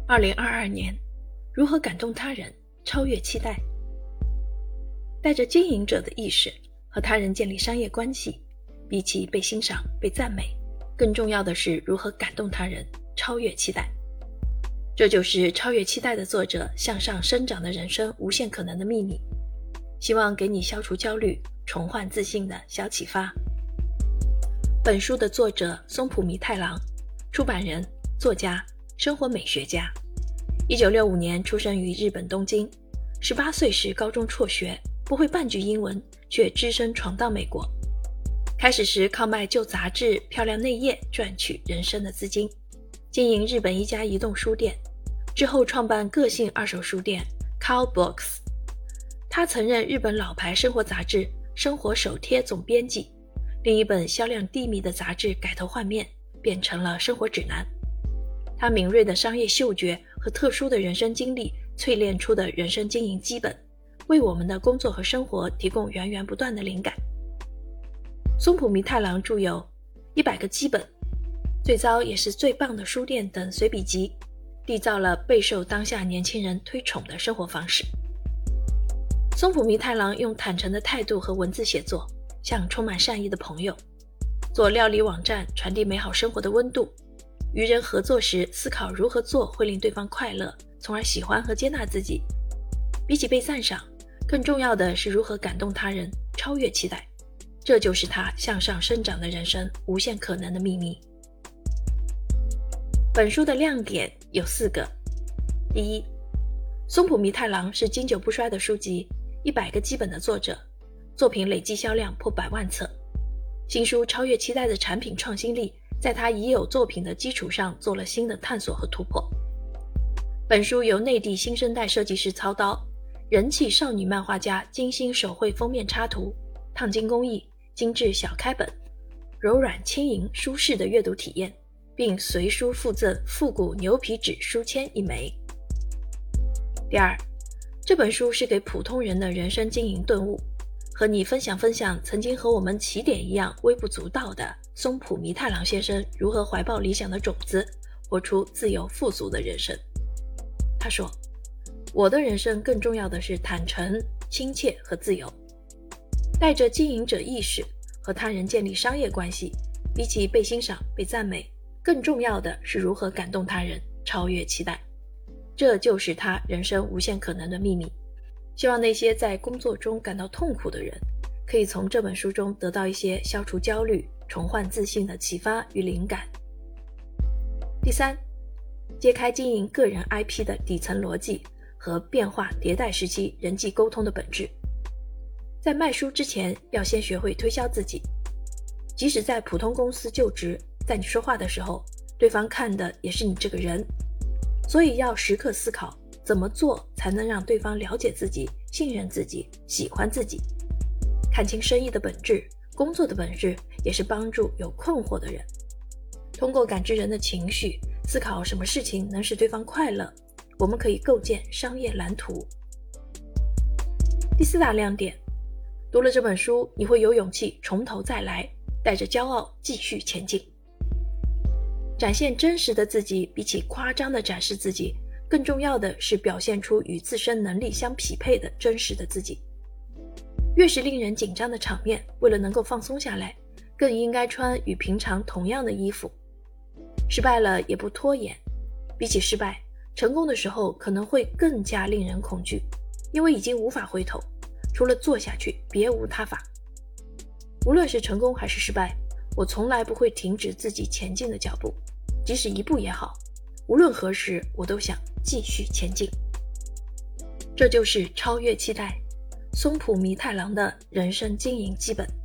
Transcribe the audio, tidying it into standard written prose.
2022年，如何感动他人，超越期待。带着经营者的意识和他人建立商业关系，比起被欣赏、被赞美，更重要的是如何感动他人，超越期待。这就是超越期待的作者向上生长的人生无限可能的秘密，希望给你消除焦虑、重焕自信的小启发。本书的作者松浦弥太郎，出版人、作家、生活美学家。1965年出生于日本东京，18岁时高中辍学，不会半句英文，却只身闯荡美国。开始时靠卖旧杂志、漂亮内页赚取人生的资金，经营日本一家移动书店，之后创办个性二手书店 Cow Books。 他曾任日本老牌生活杂志《生活手贴》总编辑，另一本销量低迷的杂志改头换面，变成了生活指南。他敏锐的商业嗅觉和特殊的人生经历淬炼出的人生经营基本，为我们的工作和生活提供源源不断的灵感。松浦弥太郎著有《100个基本》、最糟也是最棒的书店等随笔集，缔造了备受当下年轻人推崇的生活方式。松浦弥太郎用坦诚的态度和文字写作，像充满善意的朋友，做料理网站传递美好生活的温度，与人合作时思考如何做会令对方快乐，从而喜欢和接纳自己。比起被赞赏，更重要的是如何感动他人，超越期待。这就是他向上生长的人生无限可能的秘密。本书的亮点有4个。第一，松浦弥太郎是经久不衰的书籍100个基本的作者，作品累计销量破100万册。新书超越期待的产品创新力，在他已有作品的基础上做了新的探索和突破。本书由内地新生代设计师操刀，人气少女漫画家精心手绘封面插图，烫金工艺，精致小开本，柔软轻盈舒适的阅读体验，并随书附赠复古牛皮纸书签1枚。第二，这本书是给普通人的人生经营顿悟，和你分享曾经和我们起点一样微不足道的松浦弥太郎先生如何怀抱理想的种子，活出自由富足的人生。他说，我的人生更重要的是坦诚、亲切和自由。带着经营者意识和他人建立商业关系，比起被欣赏、被赞美，更重要的是如何感动他人，超越期待。这就是他人生无限可能的秘密。希望那些在工作中感到痛苦的人，可以从这本书中得到一些消除焦虑、重焕自信的启发与灵感。第三，揭开经营个人 IP 的底层逻辑和变化迭代时期人际沟通的本质。在卖书之前，要先学会推销自己。即使在普通公司就职，在你说话的时候，对方看的也是你这个人。所以要时刻思考，怎么做才能让对方了解自己、信任自己、喜欢自己。看清生意的本质，工作的本质，也是帮助有困惑的人。通过感知人的情绪，思考什么事情能使对方快乐，我们可以构建商业蓝图。第4大亮点，读了这本书，你会有勇气从头再来，带着骄傲继续前进。展现真实的自己，比起夸张的展示自己，更重要的是表现出与自身能力相匹配的真实的自己。越是令人紧张的场面，为了能够放松下来，更应该穿与平常同样的衣服。失败了也不拖延，比起失败，成功的时候可能会更加令人恐惧，因为已经无法回头，除了做下去，别无他法。无论是成功还是失败，我从来不会停止自己前进的脚步，即使1步也好，无论何时，我都想继续前进。这就是超越期待，松浦弥太郎的人生经营基本。